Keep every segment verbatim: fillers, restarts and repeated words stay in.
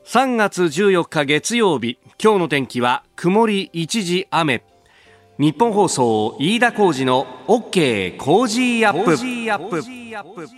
さんがつじゅうよっか月曜日、今日の天気は曇り一時雨。日本放送飯田浩司の OK コージーアップ。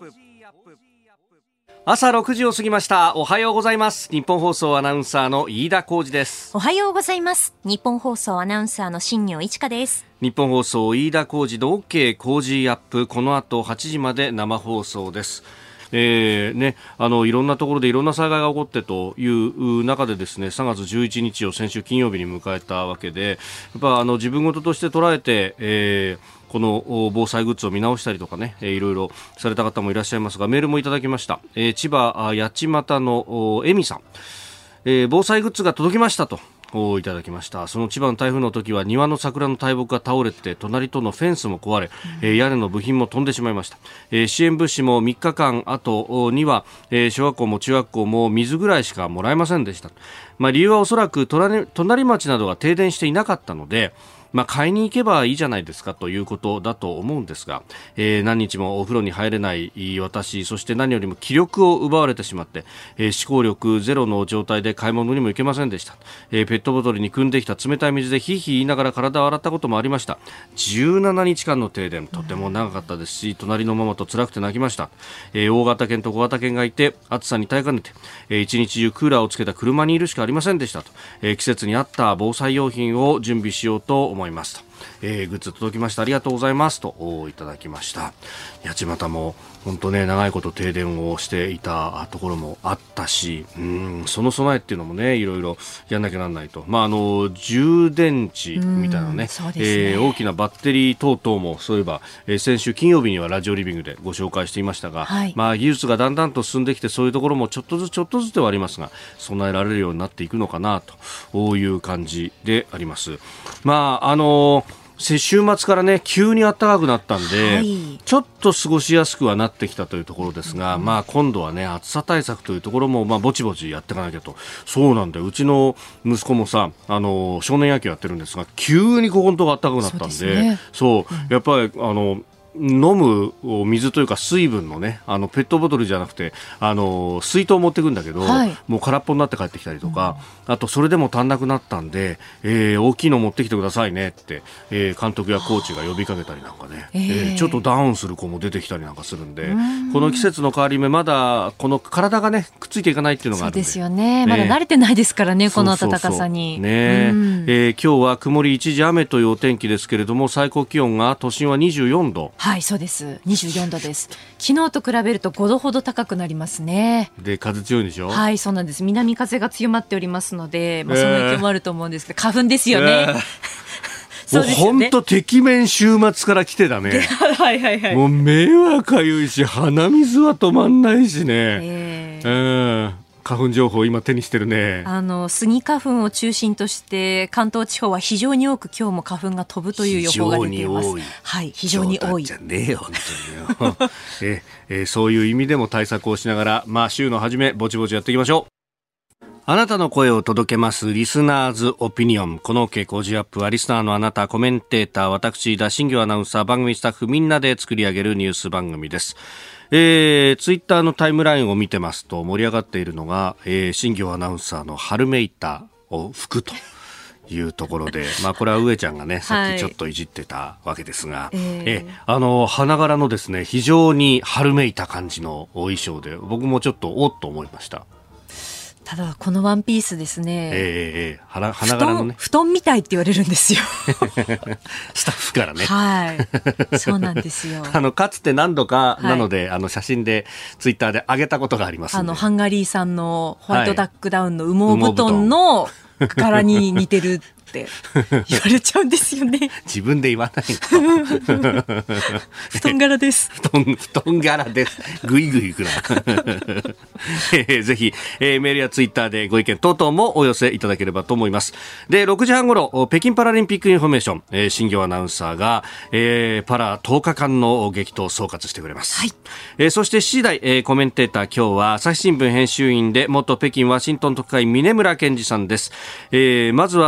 朝ろくじを過ぎました。おはようございます。日本放送アナウンサーの飯田浩司です。 おはようございます。日本放送アナウンサーの新業一華です。 日本放送飯田浩司の OK コージーアップ、この後はちじまで生放送です。えーね、あのいろんなところでいろんな災害が起こってという中でですね、さんがつじゅういちにちを先週金曜日に迎えたわけで、やっぱあの自分事として捉えて、えー、この防災グッズを見直したりとかね、えー、いろいろされた方もいらっしゃいますが、メールもいただきました。えー、千葉八街のエミさん、えー、防災グッズが届きましたといただきました。その千葉の台風の時は庭の桜の大木が倒れて、隣とのフェンスも壊れ、うん、屋根の部品も飛んでしまいました。えー、支援物資もみっかかん後には、えー、小学校も中学校も水ぐらいしかもらえませんでした。まあ、理由はおそらく隣、隣町などが停電していなかったので、まあ、買いに行けばいいじゃないですかということだと思うんですが、えー、何日もお風呂に入れない私、そして何よりも気力を奪われてしまって、えー、思考力ゼロの状態で買い物にも行けませんでした。えー、ペットボトルに汲んできた冷たい水でヒーヒー言いながら体を洗ったこともありました。じゅうななにちかんの停電、とても長かったですし、隣のママと辛くて泣きました。えー、大型犬と小型犬がいて暑さに耐えかねて、えー、一日中クーラーをつけた車にいるしかありませんでしたと、えー、季節に合った防災用品を準備しようと思いますと、えー、グッズ届きました、ありがとうございますといただきました。八街も本当ね、長いこと停電をしていたところもあったし、うん、その備えっていうのもね、いろいろやんなきゃなんないと、まあ、あの充電池みたいな ね, ね、えー、大きなバッテリー等々もそういえば、えー、先週金曜日にはラジオリビングでご紹介していましたが、はい、まあ、技術がだんだんと進んできて、そういうところもちょっとずつちょっとずつではありますが備えられるようになっていくのかなという感じであります。まああのー週末からね、急に暖かくなったんで、はい、ちょっと過ごしやすくはなってきたというところですが、うん、まあ今度はね、暑さ対策というところも、まあぼちぼちやっていかなきゃと。そうなんだよ、うちの息子もさ、あの少年野球やってるんですが、急にここのとこ暖かくなったんで、そうですね、そう、うん、やっぱりあの飲む水というか水分のね、あのペットボトルじゃなくて、あの水筒を持ってくんだけど、はい、もう空っぽになって帰ってきたりとか、うん、あとそれでも足んなくなったんで、えー、大きいの持ってきてくださいねって、えー、監督やコーチが呼びかけたりなんかね、えーえー、ちょっとダウンする子も出てきたりなんかするんで、んこの季節の変わり目、まだこの体がねくっついていかないっていうのがあるんで、 そうですよね、まだ慣れてないですからね、この暖かさに。 そうそうそう、ね、えー、今日は曇り一時雨というお天気ですけれども、最高気温が都心はにじゅうよんど。 はい、そうです、にじゅうよんどです。昨日と比べるとごどほど高くなりますね。 で、風強いんでしょ。 はい、そうなんです。南風が強まっておりますので、まあ、その影響もあると思うんですけど、えー、花粉ですよね。えーそうですよね、もう本当てきめん週末から来てだね。 はいはいはい。 もう目はかゆいし、鼻水は止まんないしね。 えーえー花粉情報今手にしてるね。 あのスギ花粉を中心として関東地方は非常に多く今日も花粉が飛ぶという予報が出ています。非常に多い。はい、非常に多い。 じゃねえよ本当によえ、えー、そういう意味でも対策をしながら、まあ週の初めぼちぼちやっていきましょう。あなたの声を届けますリスナーズオピニオン。この OK コージーアップはリスナーのあなた、コメンテーター、私田新業アナウンサー、番組スタッフみんなで作り上げるニュース番組です。えー、ツイッターのタイムラインを見てますと盛り上がっているのが、えー、新業アナウンサーの春めいたを吹くというところで、まあこれは上ちゃんがね、さっきちょっといじってたわけですが、はい、えー、あの花柄のですね、非常に春めいた感じの衣装で、僕もちょっとおっと思いました。 ただこのワンピースですね、 えーえー、花, 花柄のね、 布団みたいって言われるんですよスタッフからね。 はいそうなんですよ。 あのかつて何度かなので、はい、あの写真でツイッターで上げたことがありますので、 あのハンガリー産のホワイトダックダウンの羽毛布団の柄に似てるって言われちゃうんですよね。 自分で言わないの布団柄です布団、布団柄ですぐいぐいいくなえー、ぜひ、えー、メールやツイッターでご意見等々もお寄せいただければと思います。で、ろくじはん頃北京パラリンピックインフォメーション、えー、新業アナウンサーが、えー、パラとおかかんの激闘を総括してくれます、はい。えー、そしてしちじ台、えー、コメンテーター、今日は朝日新聞編集員で元北京ワシントン特派員峯村健二さんです。えー、まずは昨日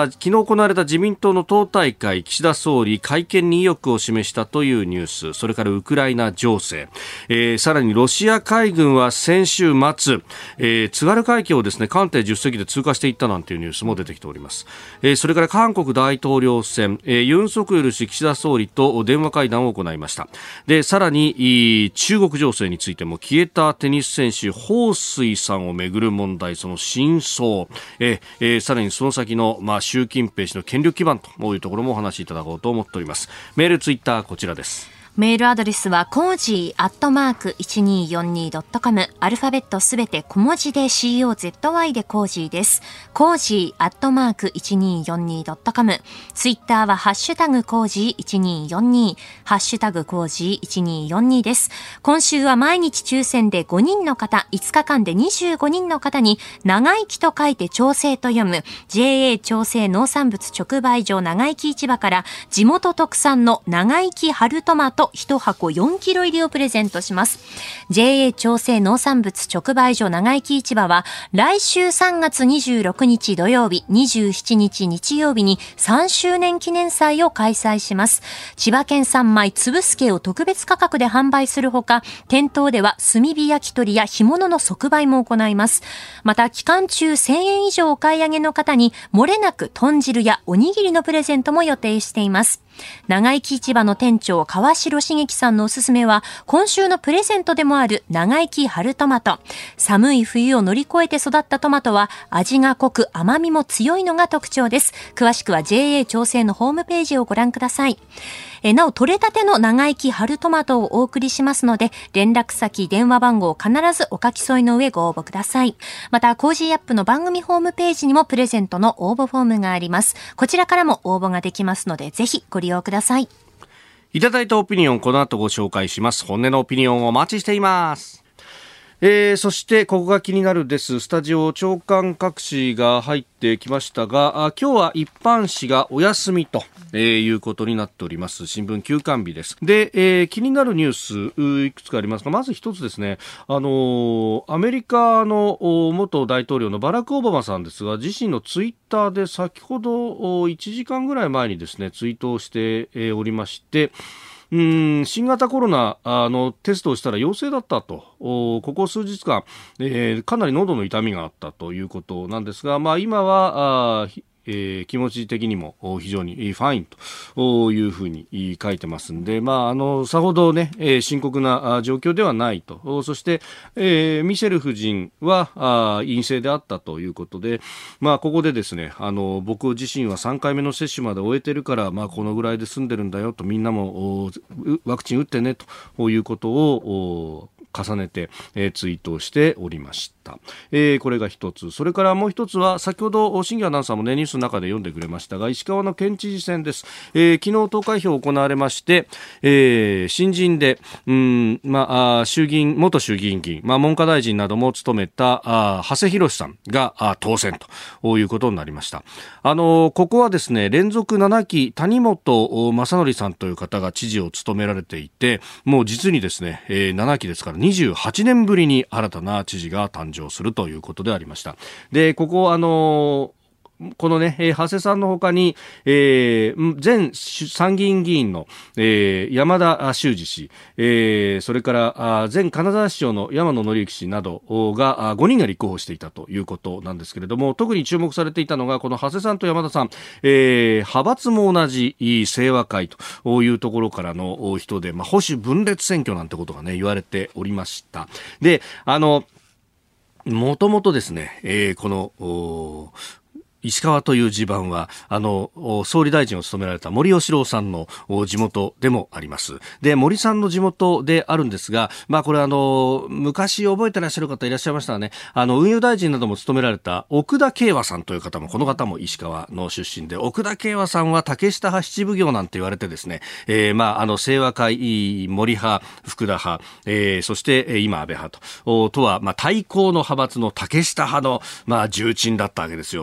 行われた自民党の党大会、岸田総理会見に意欲を示したというニュース、それからウクライナ情勢、えー、さらにロシア海軍は先週末、えー、津軽海峡をですね、艦艇じゅっせきで通過していったなんていうニュースも出てきております。えー、それから韓国大統領選、えー、ユン・ソクヨル氏、岸田総理と電話会談を行いました。で、さらに中国情勢についても、消えたテニス選手彭帥さんをめぐる問題、その真相、えーえー、さらにその先の、まあ、習近平氏の権力基盤というところもお話しいただこうと思っております。メール、ツイッター、こちらです。 メールアドレスはコージーアットマーク いちにーよんにードットコム、 アルファベットすべて小文字で コー でコージーです。コージーアットマーク いちにーよんにードットコム、 ツイッターはハッシュタグコージーいちにーよんにー、ハッシュタグコージーいちにーよんにーです。今週は毎日抽選でごにんの方、いつかかんでにじゅうごにんの方に、長生きと書いて調整と読む ジェーエー 調整農産物直売所長生き市場から地元特産の長生き春トマトいちはこよんキロ入りをプレゼントします。 ジェーエー 調整農産物直売所長生き市場は来週さんがつにじゅうろくにち土曜日、にじゅうしちにち日曜日にさんしゅうねん記念祭を開催します。千葉県産米つぶすけを特別価格で販売するほか、店頭では炭火焼き鳥や干物の即売も行います。また期間中せんえん以上お買い上げの方に漏れなく豚汁やおにぎりのプレゼントも予定しています。長生き市場の店長川城茂樹さんのおすすめは、今週のプレゼントでもある長生き春トマト。寒い冬を乗り越えて育ったトマトは味が濃く甘みも強いのが特徴です。詳しくは ジェーエー 調整のホームページをご覧ください。えなお、取れたての長生き春トマトをお送りしますので、連絡先、電話番号を必ずお書き添えの上ご応募ください。また、コージーアップの番組ホームページにもプレゼントの応募フォームがあります。こちらからも応募ができますので、ぜひご利用ください。 いただいたオピニオン、この後ご紹介します。本音のオピニオンをお待ちしています。えー、そしてここが気になるです。スタジオ長官各紙が入ってきましたが、あ今日は一般紙がお休みと、えー、いうことになっております。新聞休刊日です。で、えー、気になるニュースいくつかありますが、まず一つですね、あのー、アメリカの元大統領のバラク・オバマさんですが、自身のツイッターで先ほどいちじかんぐらい前にですねツイートをしておりまして、うん新型コロナのテストをしたら陽性だったと、ここ数日間、えー、かなり喉の痛みがあったということなんですが、まあ、今はあえー、気持ち的にも非常にファインというふうに書いてますんで、まあ、あのさほど、ね、深刻な状況ではないと。そして、えー、ミシェル夫人はあ陰性であったということで、まあ、ここでですね、あの僕自身はさんかいめの接種まで終えてるから、まあ、このぐらいで済んでるんだよと、みんなもワクチン打ってねということを重ねて、えー、ツイートをしておりました。えー、これが一つ。それからもう一つは、先ほど新業アナウンサーも、ね、ニュースの中で読んでくれましたが、石川の県知事選です。えー、昨日投開票行われまして、えー、新人で、うんまあ、衆議院元衆議院議員、まあ、文科大臣なども務めたあ長谷博さんがあ当選ということになりました。あのここはですね、連続ななき谷本正則さんという方が知事を務められていて、もう実にですね、えー、ななきですからにじゅうはちねんぶりに新たな知事が誕生するということでありました。で、ここあのこのね、えー、長谷さんの他に、えー、前参議院議員の、えー、山田修司氏、えー、それから前金沢市長の山野則之氏などがごにんが立候補していたということなんですけれども、特に注目されていたのがこの長谷さんと山田さん、えー、派閥も同じ清和会というところからの人で、まあ、保守分裂選挙なんてことがね言われておりました。で、あのもともとですね、えー、この石川という地盤はあの総理大臣を務められた森喜朗さんの地元でもあります。で、森さんの地元であるんですが、まあこれあの昔覚えてらっしゃる方いらっしゃいましたらね、あの運輸大臣なども務められた奥田慶和さんという方も、この方も石川の出身で、奥田慶和さんは竹下派七奉行なんて言われてですね、えー、まああの清和会森派福田派、えー、そして今安倍派ととはまあ対抗の派閥の竹下派のまあ重鎮だったわけですよ。まあそう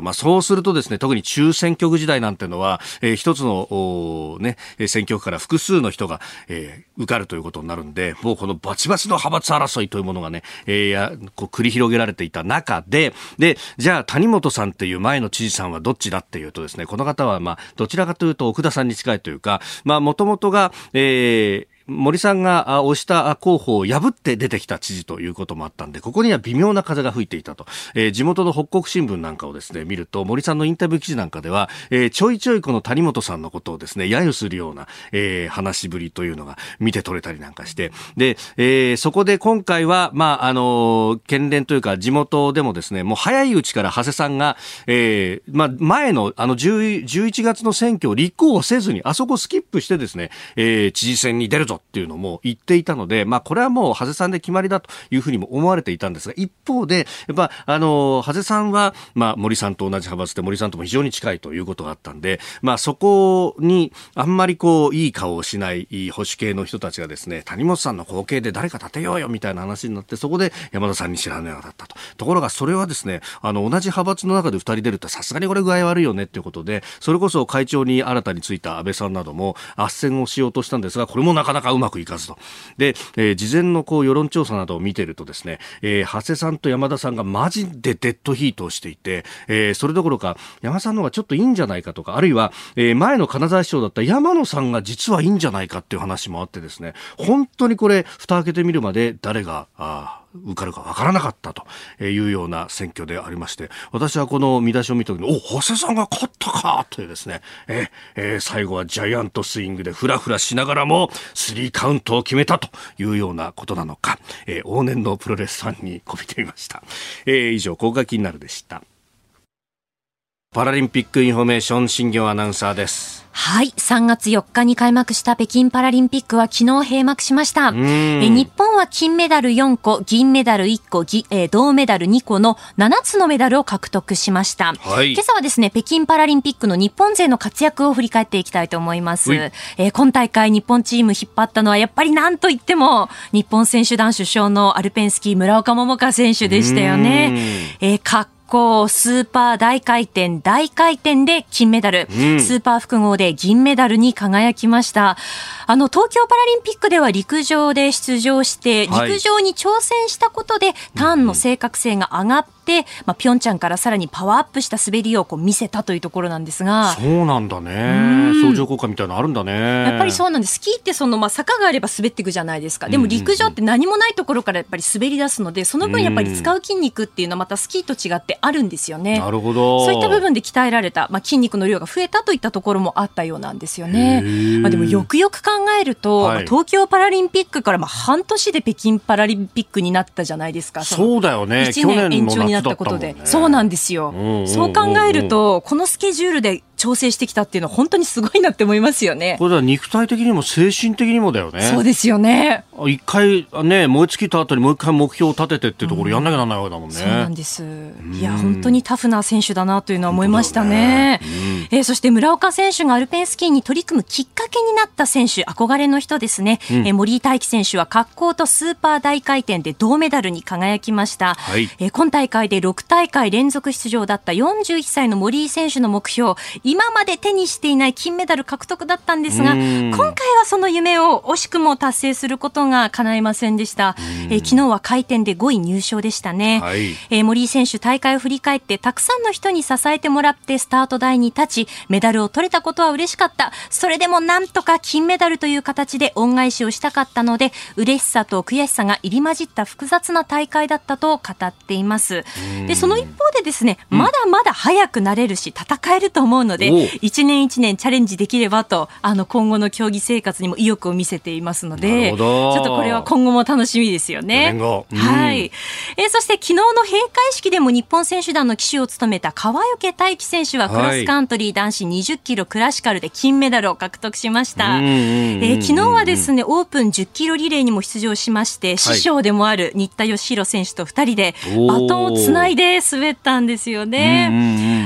するとですね、特に中選挙区時代なんてのは、えー、一つの、ね、選挙区から複数の人が、えー、受かるということになるんで、もうこのバチバチの派閥争いというものがね、えー、やこう繰り広げられていた中で、で、じゃあ谷本さんっていう前の知事さんはどっちだっていうとですね、この方はまあどちらかというと奥田さんに近いというか、まあ元々が、えー森さんが推した候補を破って出てきた知事ということもあったんで、ここには微妙な風が吹いていたと、えー、地元の北国新聞なんかをですね見ると、森さんのインタビュー記事なんかでは、えー、ちょいちょいこの谷本さんのことをですね揶揄するような、えー、話しぶりというのが見て取れたりなんかして、で、えー、そこで今回はまああの県連というか地元でもですね、もう早いうちから長谷さんが、えー、まあ前のあのじゅういちがつの選挙を立候補せずにあそこスキップしてですね、えー、知事選に出るぞっていうのも言っていたので、まあこれはもう長谷さんで決まりだというふうにも思われていたんですが、一方でやっぱあの長谷さんはまあ森さんと同じ派閥で森さんとも非常に近いということがあったんで、まあそこにあんまりこういい顔をしない保守系の人たちがですね、谷本さんの後継で誰か立てようよみたいな話になって、そこで山田さんに白羽が立ったと。ところがそれはですね、あの同じ派閥の中でふたり出るってさすがにこれ具合悪いよねっていうことで、それこそ会長に新たについた安倍さんなども斡旋をしようとしたんですが、これもなかなかうまくいかずと。で、えー、事前のこう世論調査などを見ているとですね、えー、長谷さんと山田さんがマジでデッドヒートをしていて、えー、それどころか山田さんの方がちょっといいんじゃないかとか、あるいは、えー、前の金沢市長だった山野さんが実はいいんじゃないかっていう話もあってですね、本当にこれ蓋開けてみるまで誰があ受かるか分からなかったというような選挙でありまして、私はこの見出しを見た時に、お、長谷さんが勝ったかというですね、ええー、最後はジャイアントスイングでフラフラしながらもスリーカウントを決めたというようなことなのか、えー、往年のプロレスファンにこびてみました。えー、以上、ここが気になるでした。パラリンピックインフォメーション、新業アナウンサーです。 はい。さんがつよっかに開幕した北京パラリンピックは昨日閉幕しました。え日本は金メダルよんこ、銀メダルいっこ、えー、銅メダルにこのななつのメダルを獲得しました。はい、今朝はですね、北京パラリンピックの日本勢の活躍を振り返っていきたいと思います。えー、今大会日本チーム引っ張ったのはやっぱりなんといっても日本選手団主将のアルペンスキー村岡桃佳選手でしたよね。えー、かこうスーパー大回転大回転で金メダル、うん、スーパー複合で銀メダルに輝きました。あの東京パラリンピックでは陸上で出場して陸上に挑戦したことで、はい、ターンの正確性が上がって、まあ、ピョンチャンからさらにパワーアップした滑りをこう見せたというところなんですが、 そうなんだね、相乗効果みたいなのあるんだね。 やっぱりそうなんです。スキーってその、まあ、坂があれば滑っていくじゃないですか。でも陸上って何もないところからやっぱり滑り出すので、その分やっぱり使う筋肉っていうのはまたスキーと違ってあるんですよね。 なるほど。 そういった部分で鍛えられた、まあ、筋肉の量が増えたといったところもあったようなんですよね。まあ、でもよくよく考えると、はい、東京パラリンピックからまあ半年で北京パラリンピックになったじゃないですか。そそうだよね。 いちねん延長になったことで、そうなんですよ。うんうんうんうん、そう考えるとこのスケジュールで調整してきたっていうのは本当にすごいなって思いますよね。 これは肉体的にも精神的にもだよね。 そうですよね。 一回ね燃え尽きた後にもう一回目標を立ててっていうところやんなきゃならないわけだもんね。 そうなんです。いや本当にタフな選手だなというのは思いましたね。ね、うん、えー、そして村岡選手がアルペンスキーに取り組むきっかけになった選手、憧れの人ですね。うん、えー、森井大輝選手は滑降とスーパー大回転で銅メダルに輝きました。はい、えー、今大会でろくたいかい連続出場だったよんじゅういっさいの森井選手の目標、今まで手にしていない金メダル獲得だったんですが、今回はその夢を惜しくも達成することが叶いませんでした。えー、昨日は回転でごい入賞でしたね。はい、えー、森井選手大会を振り返って、たくさんの人に支えてもらってスタート台に立ちメダルを取れたことは嬉しかった。それでもなんとか金メダルという形で恩返しをしたかったので、嬉しさと悔しさが入り混じった複雑な大会だったと語っています。でその一方でですね、まだまだ早くなれるし戦えると思うので、一年一年チャレンジできればと、あの今後の競技生活にも意欲を見せていますので、ちょっとこれは今後も楽しみですよね。うん、はい。えー、そして昨日の閉会式でも日本選手団の旗手を務めた川除大輝選手はクロスカントリー男子にじゅっキロクラシカルで金メダルを獲得しました。えー、昨日はですねオープンじゅっキロリレーにも出場しまして、はい、師匠でもある新田佳浩選手とふたりでバトンをつないで滑ったんですよね。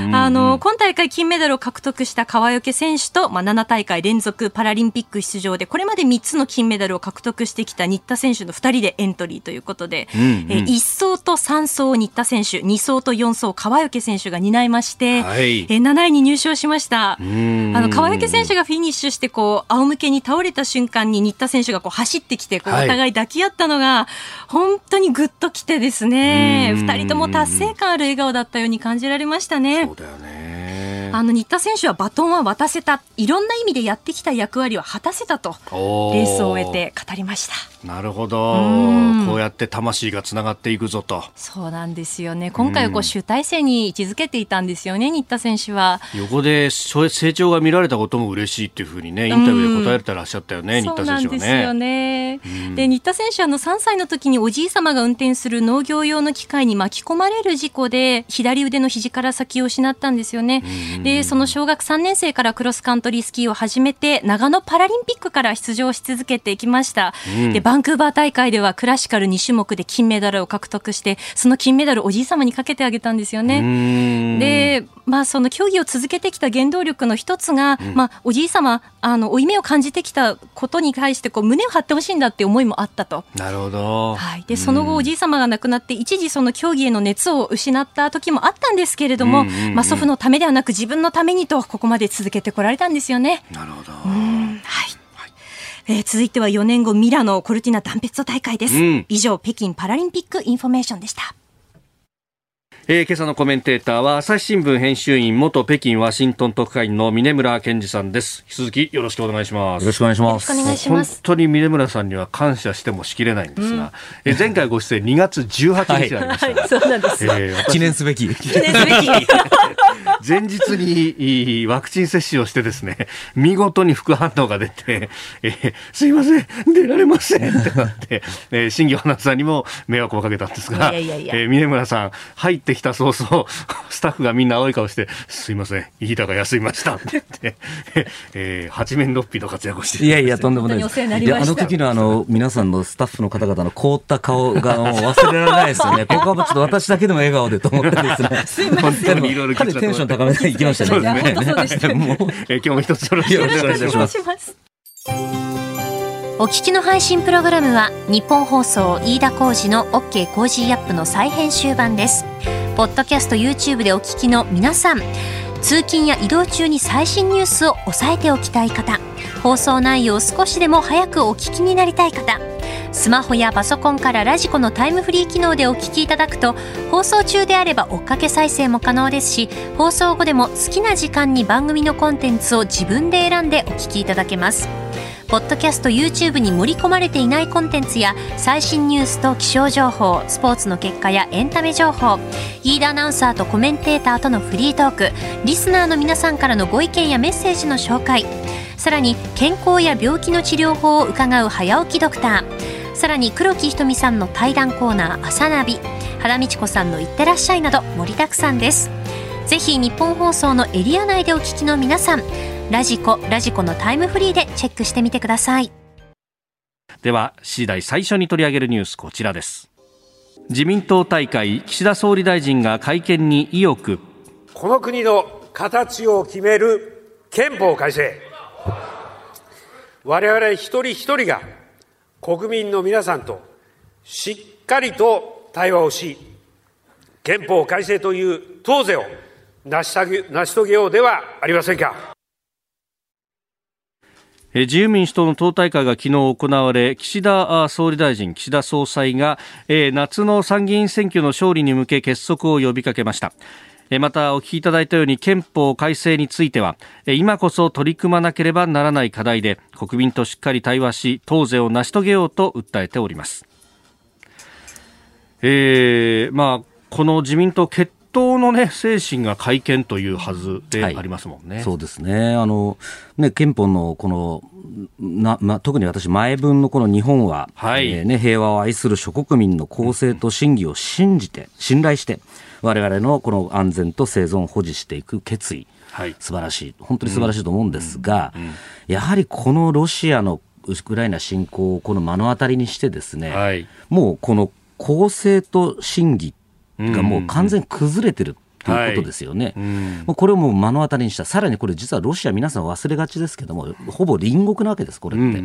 あの今大会金メダルを獲得した川除選手と、まあ、なな大会連続パラリンピック出場でこれまでみっつの金メダルを獲得してきた新田選手のふたりでエントリーということで、うんうん、えいっ走とさん走新田選手、に走とよん走川除選手が担いまして、はい、えなないに入賞しました。あの川除選手がフィニッシュしてこう仰向けに倒れた瞬間に新田選手がこう走ってきてこうお互い抱き合ったのが本当にグッときてですね、ふたりとも達成感ある笑顔だったように感じられましたね。 そうだよね。 あの新田選手はバトンは渡せた、いろんな意味でやってきた役割は果たせたとレースを終えて語りました。 なるほど、こうやって魂がつながっていくぞと。 そうなんですよね。今回はこう集大成に位置づけていたんですよね、新田選手は。 横で成長が見られたことも嬉しいっていうふうにねインタビューで答えてらっしゃったよね、新田選手はね。そうなんですよね。で新田選手はあのさんさいの時におじい様が運転する農業用の機械に巻き込まれる事故で左腕の肘から先を失ったんですよね。でその小学さんねん生からクロスカントリースキーを始めて長野パラリンピックから出場し続けてきました、うん、でバンクーバー大会ではクラシカルに種目で金メダルを獲得してその金メダルをおじい様にかけてあげたんですよね。で、まあ、その競技を続けてきた原動力の一つが、うんまあ、おじい様あの負い目を感じてきたことに対してこう胸を張ってほしいんだって思いもあったと。 なるほど、 はい、でその後おじい様が亡くなって一時その競技への熱を失った時もあったんですけれども、うんうんうんまあ、祖父のためではなく自分のためにとここまで続けてこられたんですよね。 なるほど。 うんはいえー、続いてはよねんごミラノコルティナダンペッツォ大会です、うん、以上北京パラリンピックインフォメーションでした。 えー、今朝のコメンテーターは朝日新聞編集員元北京ワシントン特派員の峯村健二さんです。引き続きよろしくお願いします。 よろしくお願いします。 よろしくお願いします。 本当に峯村さんには感謝してもしきれないんですが、うんえー、前回ご出演にがつじゅうはちにちになりました、はいはい、 そうなんです、 えー、記念すべき記念すべき前日にワクチン接種をしてですね見事に副反応が出て、えー、すいません出られませんってなって、えー、新業アナウンサーにも迷惑をかけたんですが、いやいやいや、えー、峯村さん入ってきた早々スタッフがみんな青い顔してすいません飯田が休みましたって言って、えー、八面六臂の活躍をしていやいやとんでもないです。であの時のあの皆さんのスタッフの方々の凍った顔がもう忘れられないですよね。ここはもうちょっと私だけでも笑顔でと思ってですねすいませんいろいろテンション高めていきましたね。 本当そうでしたね。 えー、今日も一つよろしくお願いします。 お聞きの配信プログラムは日本放送飯田浩司の OK コージーアップの再編集版です。ポッドキャスト YouTube でお聞きの皆さん、通勤や移動中に最新ニュースを押さえておきたい方、放送内容を少しでも早くお聞きになりたい方、スマホやパソコンからラジコのタイムフリー機能でお聞きいただくと放送中であれば追っかけ再生も可能ですし、放送後でも好きな時間に番組のコンテンツを自分で選んでお聞きいただけます。ポッドキャスト YouTube に盛り込まれていないコンテンツや最新ニュースと気象情報、スポーツの結果やエンタメ情報、飯田アナウンサーとコメンテーターとのフリートーク、リスナーの皆さんからのご意見やメッセージの紹介、さらに健康や病気の治療法を伺う早起きドクター、さらに黒木ひとみさんの対談コーナー朝ナビ、原道子さんのいってらっしゃいなど盛りだくさんです。ぜひ日本放送のエリア内でお聞きの皆さん、ラジコ、ラジコのタイムフリーでチェックしてみてください。 ではしちじ台最初に取り上げるニュース、こちらです。自民党大会、岸田総理大臣が会見に意欲。 この国の形を決める憲法改正、我々一人一人が国民の皆さんとしっかりと対話をし、憲法改正という当是を成し遂げ、成し遂げようではありませんか。 自由民主党の党大会が昨日行われ、岸田総理大臣、岸田総裁が夏の参議院選挙の勝利に向け結束を呼びかけました。またお聞きいただいたように憲法改正については今こそ取り組まなければならない課題で、国民としっかり対話し当是を成し遂げようと訴えております。えー、まあこの自民党決党の、ね、精神が改憲というはずでありますもんね。 はい、そうですね。あのね、憲法のこのな、ま、特に私前文のこの日本は、はいえーね、平和を愛する諸国民の公正と信義を信じて信頼して我々のこの安全と生存を保持していく決意、はい、素晴らしい、本当に素晴らしいと思うんですが、うんうんうん、やはりこのロシアのウクライナ侵攻をこの目の当たりにしてですね、はい、もうこの公正と信義がもう完全に崩れてるということですよね、はい、もうこれをもう目の当たりにした。さらにこれ実はロシア皆さん忘れがちですけどもほぼ隣国なわけですこれって、うんうんうん、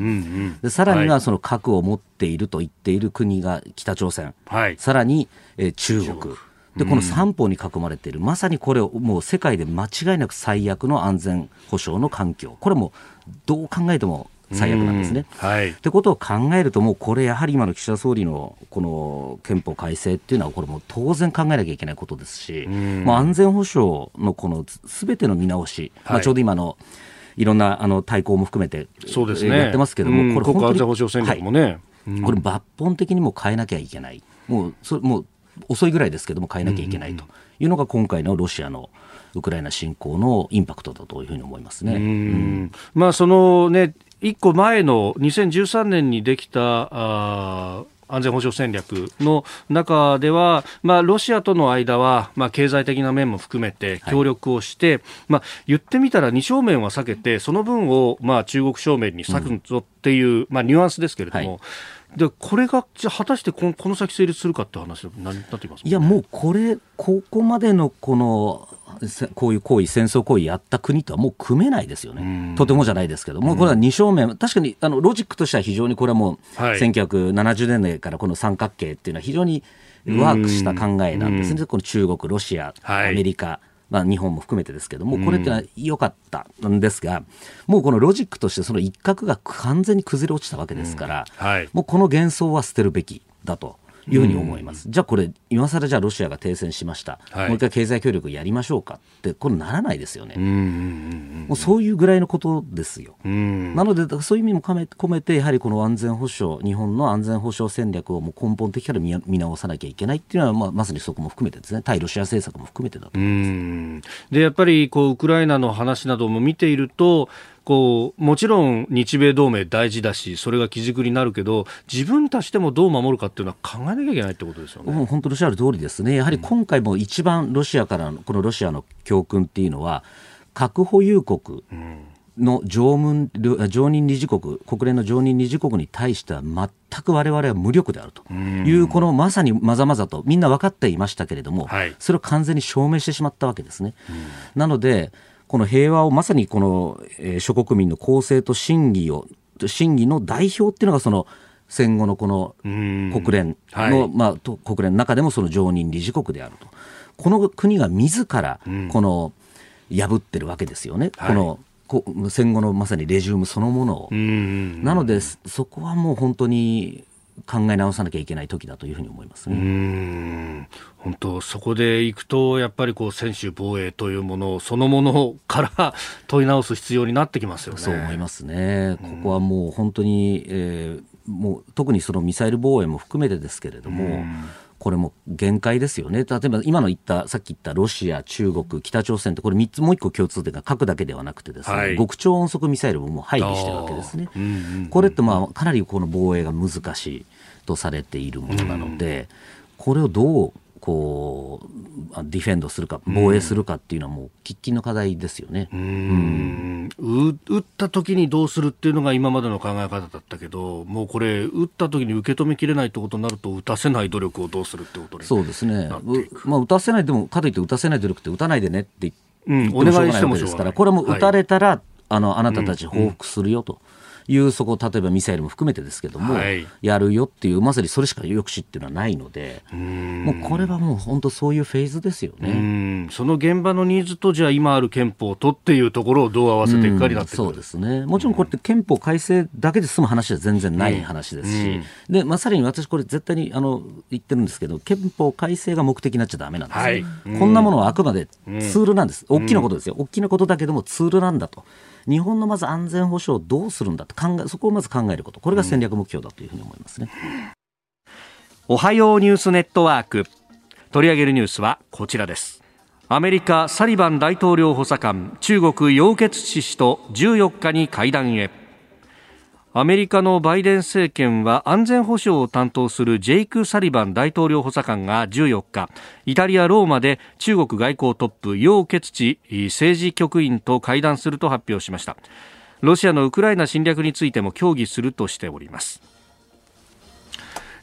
でさらにはその核を持っていると言っている国が北朝鮮、はい、さらに、えー、中国でこの三方に囲まれている、まさにこれをもう世界で間違いなく最悪の安全保障の環境、これもどう考えても最悪なんですね。はい、ってことを考えるともうこれやはり今の岸田総理のこの憲法改正っていうのはこれもう当然考えなきゃいけないことですし、もう安全保障のこの全ての見直し、はい、まあ、ちょうど今のいろんなあの対抗も含めてそうです、ね、やってますけども、これ国家安全保障戦略もね、はい、 これ抜本的にも変えなきゃいけない、もうそもう遅いぐらいですけども変えなきゃいけないというのが今回のロシアのウクライナ侵攻のインパクトだというふうに思いますね。うん、うん、 まあそのねいっこまえのにせんじゅうさんねんにできたあ安全保障戦略の中では、まあ、ロシアとの間は、まあ、経済的な面も含めて協力をして、はい、まあ、言ってみたら二正面は避けてその分を、まあ、中国正面に割くぞっていう、うん、まあ、ニュアンスですけれども、はい、でこれがじゃ果たしてこの、この先成立するかって話になっていますか、ね、 いやもうこれここまでのこのこういう行為戦争行為やった国とはもう組めないですよね。とてもじゃないですけども、これは二正面、確かにあのロジックとしては非常にこれはもう、はい、せんきゅうひゃくななじゅうねんだいからこの三角形っていうのは非常にワークした考えなんですね。この中国ロシアアメリカ、はい、まあ、日本も含めてですけども、これってのは良かったんですが、もうこのロジックとしてその一角が完全に崩れ落ちたわけですから、はい、もうこの幻想は捨てるべきだというふうに思います。じゃあこれ今更じゃあロシアが停戦しました、はい、もう一回経済協力やりましょうかってこれならないですよね。うんうんうん、もうそういうぐらいのことですよ。うんなのでそういう意味も込めてやはりこの安全保障日本の安全保障戦略をもう根本的から 見, 見直さなきゃいけないっていうのは、まあ、まさにそこも含めてですね、対ロシア政策も含めてだと思います。 うんでやっぱりこうウクライナの話なども見ているとこうもちろん日米同盟大事だしそれが基軸になるけど自分たちでもどう守るかっていうのは考えなきゃいけないってことですよね。 もう本当おっしゃる通りですね。やはり今回も一番ロシアからのこのロシアの教訓っていうのは核保有国の常務常任理事国国連の常任理事国に対しては全く我々は無力であるというこのまさにまざまざとみんな分かっていましたけれども、はい、それを完全に証明してしまったわけですね。なのでこの平和をまさにこの、えー、諸国民の公正と審議を審議の代表っていうのがその戦後のこの国連の、はい、まあ、と国連の中でもその常任理事国であるとこの国が自らこの破ってるわけですよね、はい、このこ戦後のまさにレジュームそのものを。なのでそこはもう本当に考え直さなきゃいけない時だというふうに思いますね。うーん本当そこでいくとやっぱりこう専守防衛というものそのものから問い直す必要になってきますよね。 そう思いますね。ここはもう本当に、えー、もう特にそのミサイル防衛も含めてですけれどもこれも限界ですよね。例えば今の言ったさっき言ったロシア中国北朝鮮ってこれみっつもういっこ共通点が核だけではなくてですね、はい、極超音速ミサイルももう配備してるわけですね。これってまあかなりこの防衛が難しいとされているものなので、これをどうこうディフェンドするか防衛するかっていうのはもう喫緊の課題ですよね。うーんう撃った時にどうするっていうのが今までの考え方だったけどもうこれ撃った時に受け止めきれないってことになると撃たせない努力をどうするってことにそうですね。まあ、撃たせないでもかといって撃たせない努力って撃たないでねって言ってもしょうがないわけですから、 これはもう撃たれたら、はい、あのあなたたち報復するよと、うんうんいうそこ例えばミサイルも含めてですけども、はい、やるよっていうまさにそれしか抑止っていうのはないのでもうこれはもう本当そういうフェーズですよね。 うんその現場のニーズとじゃあ今ある憲法とっていうところをどう合わせていくかになってくる。 そうですね。もちろんこれって憲法改正だけで済む話は全然ない話ですし、でまあ、さらに私これ絶対にあの言ってるんですけど憲法改正が目的になっちゃダメなんです、はい、こんなものはあくまでツールなんです。大きなことですよ。大きなことだけどもツールなんだと。日本のまず安全保障をどうするんだと考えそこをまず考えることこれが戦略目標だというふうに思いますね。 おはようニュースネットワーク取り上げるニュースはこちらです。アメリカサリバン大統領補佐官中国楊潔チ氏とじゅうよっかに会談へ。アメリカのバイデン政権は安全保障を担当するジェイク・サリバン大統領補佐官がじゅうよっかイタリア・ローマで中国外交トップ楊潔チ政治局員と会談すると発表しました。ロシアのウクライナ侵略についても協議するとしております。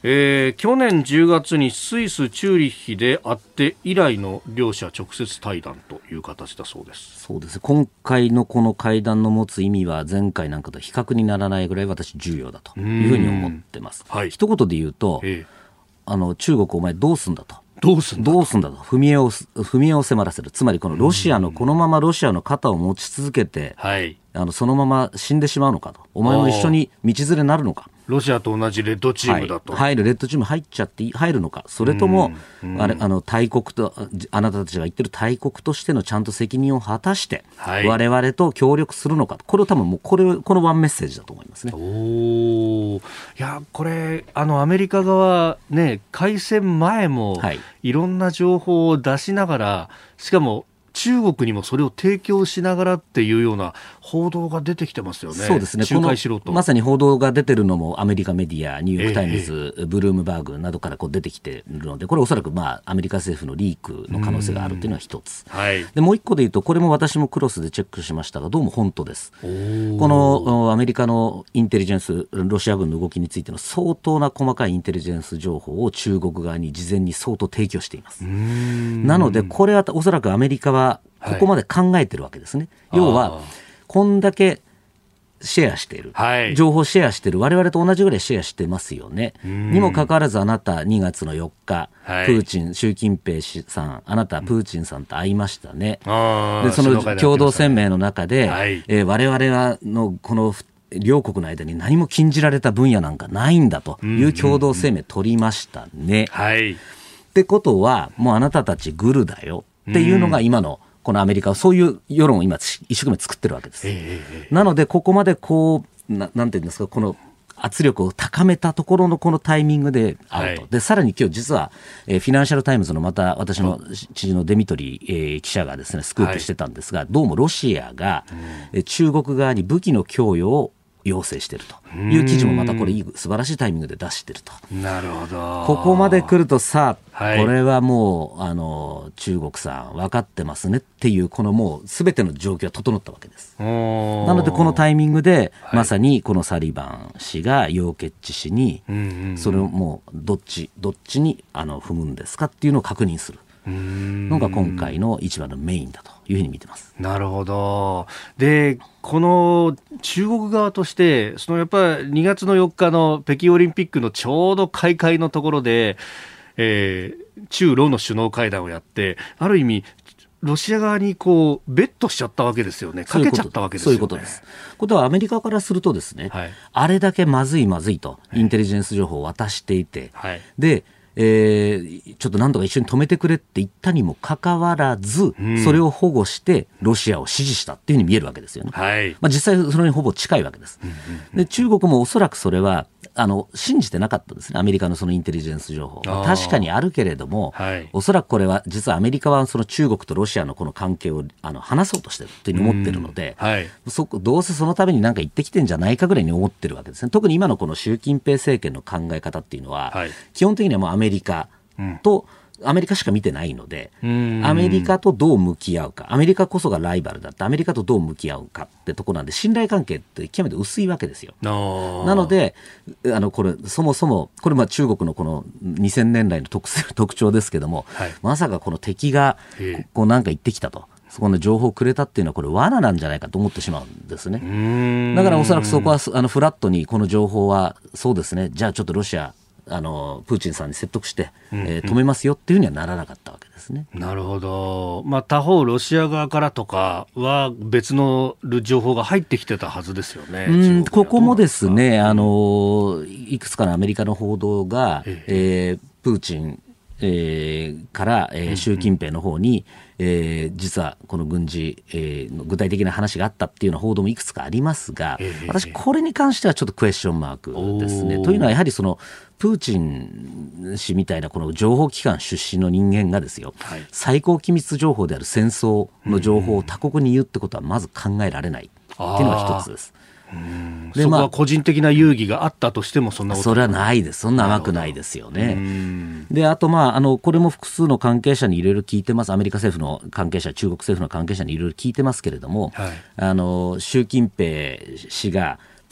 えー、去年じゅうがつにスイスチューリッヒで会って以来の両者直接対談という形だそうです。 そうです。今回のこの会談の持つ意味は前回なんかと比較にならないぐらい私重要だというふうに思ってます。はい、一言で言うと、えー、あの中国お前どうすんだと。 どうすんだどうすんだと踏み絵を踏み絵を迫らせる。つまりこのロシアのこのままロシアの肩を持ち続けて、はい、あのそのまま死んでしまうのかと。お前も一緒に道連れになるのか。 ロシアと同じレッドチームだと、 はい、入るレッドチーム入っちゃって入るのか、それともあれあの大国とあなたたちが言ってる大国としてのちゃんと責任を果たして、はい、我々と協力するのか、これを多分もうこれこのワンメッセージだと思いますね。 おいやこれあのアメリカ側ね開戦前も、はい、いろんな情報を出しながら、しかも中国にもそれを提供しながらっていうような報道が出てきてますよね。 そうですね。 仲介しろと。 このまさに報道が出てるのもアメリカメディア、ニューヨークタイムズ、えー、ブルームバーグなどからこう出てきているので、これおそらくまあアメリカ政府のリークの可能性があるというのは一つ。はい、でもう一個で言うと、これも私もクロスでチェックしましたが、どうも本当です。このアメリカのインテリジェンス、ロシア軍の動きについての相当な細かいインテリジェンス情報を中国側に事前に相当提供しています。なのでこれはおそらくアメリカはここまで考えてるわけですね。はい、要はこんだけシェアしている、はい、情報シェアしている、我々と同じぐらいシェアしてますよね。にもかかわらずあなたにがつのよっか、はい、プーチン習近平さん、あなたプーチンさんと会いましたね。でその共同声明の中で、はい、えー、我々はのこの両国の間に何も禁じられた分野なんかないんだという共同声明取りましたね。はい、ってことはもうあなたたちグルだよっていうのが今のこのアメリカはそういう世論を今一生懸命作ってるわけです。えー、なのでここまでこう な, なんていうんですか、この圧力を高めたところのこのタイミングで会うと、はい、でさらに今日実は、えー、フィナンシャルタイムズのまた私の知人のデミトリー、えー、記者がですねスクープしてたんですが、はい、どうもロシアが、うん、中国側に武器の供与を要請しているという記事もまたこれいい素晴らしいタイミングで出していると。 なるほど。 ここまで来るとさあ、はい、これはもうあの中国さん分かってますねっていうこのもう全ての状況が整ったわけです。なのでこのタイミングで、はい、まさにこのサリバン氏が楊潔チ氏に、うんうんうん、それをもうどっちどっちにあの踏むんですかっていうのを確認するのが今回の一番のメインだというふうに見てます。 なるほど。でこの中国側としてそのやっぱりにがつのよっかの北京オリンピックのちょうど開会のところで、えー、中ロの首脳会談をやって、ある意味ロシア側にこうベットしちゃったわけですよね。かけちゃったわけですよね。 そういうことです。ことはアメリカからするとですね、はい、あれだけまずいまずいとインテリジェンス情報を渡していて、はい、でえー、ちょっと何とか一緒に止めてくれって言ったにもかかわらず、うん、それを保護してロシアを支持したっていうふうに見えるわけですよね。はい、まあ、実際それにほぼ近いわけです。うんうんうん、で中国もおそらくそれはあの信じてなかったですね。アメリカのそのインテリジェンス情報、まあ、確かにあるけれども、はい、おそらくこれは実はアメリカはその中国とロシアのこの関係をあの話そうとしてるっていうふうに思ってるので、はい、そどうせそのために何か言ってきてんじゃないかぐらいに思ってるわけですね。特に今のこの習近平政権の考え方っていうのは、はい、基本的にはもうアメリカと、うん、アメリカしか見てないので、アメリカとどう向き合うか、アメリカこそがライバルだってアメリカとどう向き合うかってとこなんで、信頼関係って極めて薄いわけですよ。なのであのこれそもそもこれまあ中国のこのにせんねんだいの 特, 特徴ですけども、はい、まさかこの敵がこうなんか言ってきたと、そこの情報をくれたっていうのはこれ罠なんじゃないかと思ってしまうんですね。うーん、だからおそらくそこはあのフラットにこの情報はそうですね、じゃあちょっとロシアあのプーチンさんに説得して、うんうん、えー、止めますよっていうふうにはならなかったわけですね。 なるほど。まあ、他方ロシア側からとかは別の情報が入ってきてたはずですよね。 うん、ここもですね、あのいくつかのアメリカの報道が、ええー、プーチン、えー、から、えー、習近平の方に、うんうん、えー、実はこの軍事、えー、の具体的な話があったっていうような報道もいくつかありますが、えー、私これに関してはちょっとクエスチョンマークですね。というのはやはりそのプーチン氏みたいなこの情報機関出身の人間がですよ、はい、最高機密情報である戦争の情報を他国に言うってことはまず考えられないっていうのが一つです。 うん、でそこは個人的な遊戯があったとしてもそんなことそれはないです。そんな甘くないですよね。うん、であと、まあ、あのこれも複数の関係者にいろいろ聞いてます。アメリカ政府の関係者、中国政府の関係者にいろいろ聞いてますけれども、はい、あの習近平氏が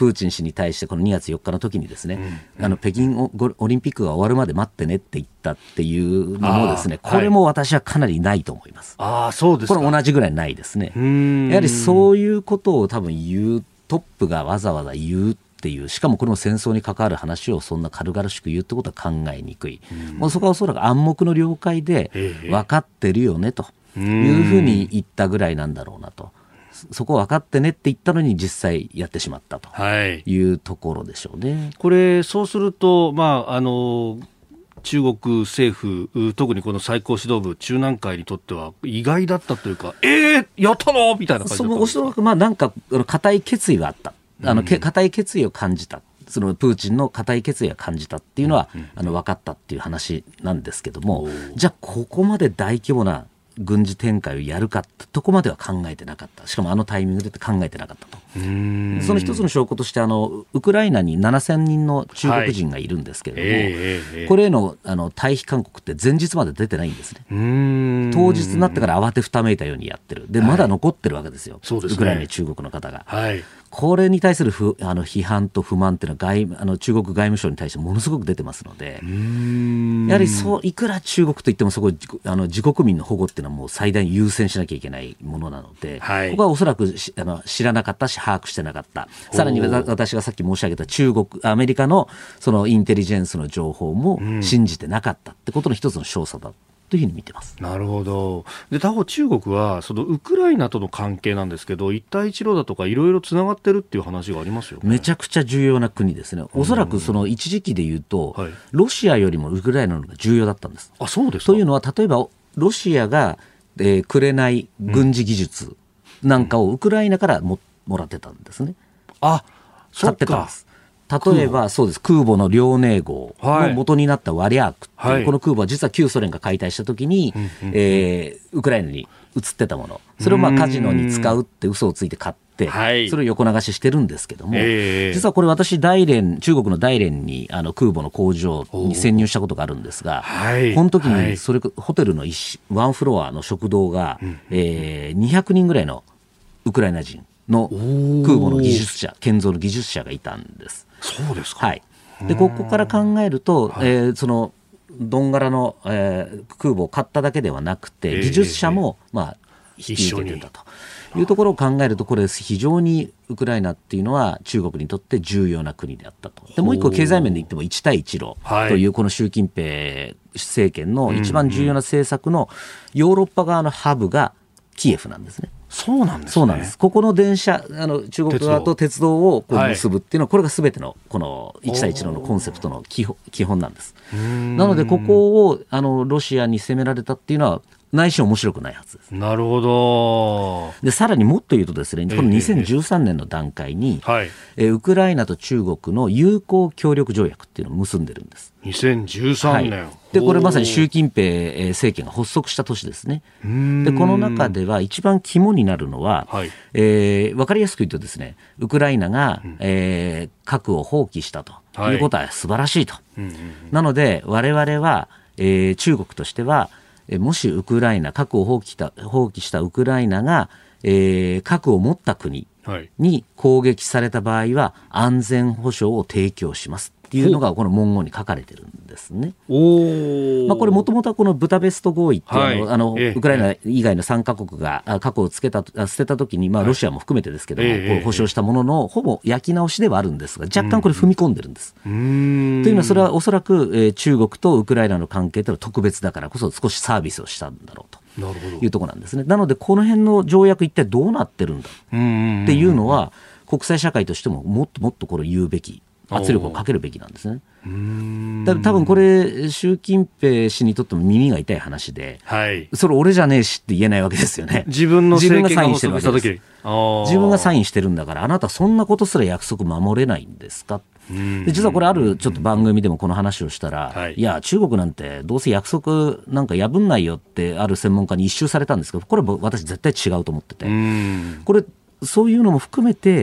プーチン氏に対してこのにがつよっかの時にですね、うん、あの北京 オ, オリンピックが終わるまで待ってねって言ったっていうのもですね、これも私はかなりないと思います。 ああ、そうですか。 これ同じぐらいないですね。やはりそういうことを多分言う、トップがわざわざ言うっていう、しかもこの戦争に関わる話をそんな軽々しく言うってことは考えにくい。もうそこはおそらく暗黙の了解で分かってるよねというふうに言ったぐらいなんだろうなと。そこ分かってねって言ったのに実際やってしまったというところでしょうね。 はい、これそうすると、まあ、あの中国政府、特にこの最高指導部中南海にとっては意外だったというか、えー、やったのみたいな感じだったんですか。 そのおそらくまあなんか固い決意はあった、あの固い決意を感じた、そのプーチンの固い決意を感じたっていうのは、うんうん、あの分かったっていう話なんですけども、じゃあここまで大規模な軍事展開をやるかってとこまでは考えてなかった。しかもあのタイミングで考えてなかったと。うーん、その一つの証拠として、あのウクライナにななせんにんの中国人がいるんですけれども、はいえーえー、これへ の, あの退避勧告って前日まで出てないんですね。うーん、当日になってから慌てふためいたようにやってる。で、はい、まだ残ってるわけですよ。そうですね、ウクライナに中国の方が、はい、これに対するふあの批判と不満っていうのは外あの中国外務省に対してものすごく出てますので、うーん、やはりそういくら中国といってもそこあの自国民の保護っていうのはもう最大に優先しなきゃいけないものなので、はい、ここはおそらくあの知らなかったし把握してなかった。さらに私がさっき申し上げた中国アメリカのそのインテリジェンスの情報も信じてなかったってことの一つの証左だというふうに見てます。 なるほど。で、他方中国はそのウクライナとの関係なんですけど、一帯一路だとかいろいろつながってるっていう話がありますよね。 めちゃくちゃ重要な国ですね。おそらくその一時期で言うと、はい、ロシアよりもウクライナの方が重要だったんです。 あ、そうですか。 というのは例えばロシアが、えー、くれない軍事技術なんかをウクライナから も, もらってたんですね。 あ、 買ってたんです。例えばそうです、空母の遼寧号の元になったワリャークっていう、はい、この空母は実は旧ソ連が解体したときに、うんうんうん、えー、ウクライナに移ってたもの、それをまあカジノに使うって嘘をついて買って、はい、それを横流ししてるんですけども、えー、実はこれ私大連中国の大連にあの空母の工場に潜入したことがあるんですが、はい、この時にそれ、はい、ホテルの一ワンフロアの食堂が、うん、えー、にひゃくにんぐらいのウクライナ人の空母の技術者、建造の技術者がいたんです。 そうですか。 はい、でここから考えると、はい、えー、そのどんがらの、えー、空母を買っただけではなくて、えー、技術者も、まあ、引き受けてたというところを考えると、これ非常にウクライナっていうのは中国にとって重要な国であったと。でもう一個経済面で言っても一帯一路というこの習近平政権の一番重要な政策のヨーロッパ側のハブがキエフなんですね。 そうなんですね。 そうなんです。ここの電車、あの中国側と鉄道をこう結ぶっていうのは、これが全てのこの一帯一路のコンセプトの基本、基本なんです。なのでここをあのロシアに攻められたっていうのは内心面白くないはずです。 なるほど。 でさらにもっと言うとですね、このにせんじゅうさんねんの段階に、えーえー、ウクライナと中国の友好協力条約っていうのを結んでるんです。 にせんじゅうさんねん、はい、 でこれまさに習近平政権が発足した年ですね。でこの中では一番肝になるのは、はい、えー、分かりやすく言うとですね、ウクライナが、うん、えー、核を放棄したということは素晴らしいと、はい、なので我々は、えー、中国としてはもしウクライナ核を放棄した、放棄したウクライナが、えー、核を持った国に攻撃された場合は安全保障を提供しますっていうのがこの文言に書かれてるんですね。お、まあ、これもともとはこのブダペスト合意っていう、はい、あのあのウクライナ以外のさんカ国が核をつけた捨てたときに、まあ、ロシアも含めてですけども、はい、こう保障したもののほぼ焼き直しではあるんですが、若干これ踏み込んでるんです。うん、というのはそれはおそらく、えー、中国とウクライナの関係というのは特別だからこそ少しサービスをしたんだろうというところなんですね。なのでこの辺の条約一体どうなってるんだっていうのは国際社会としてももっともっとこれ言うべき、圧力をかけるべきなんですね。うーん、だ多分これ習近平氏にとっても耳が痛い話で、はい、それ俺じゃねえしって言えないわけですよね。 自分の政権が発足した時、自分がサインしてるんだから、あなたそんなことすら約束守れないんですか。で実はこれあるちょっと番組でもこの話をしたら、はい、いや中国なんてどうせ約束なんか破んないよってある専門家に一蹴されたんですけど、これ私絶対違うと思ってて、これそういうのも含めて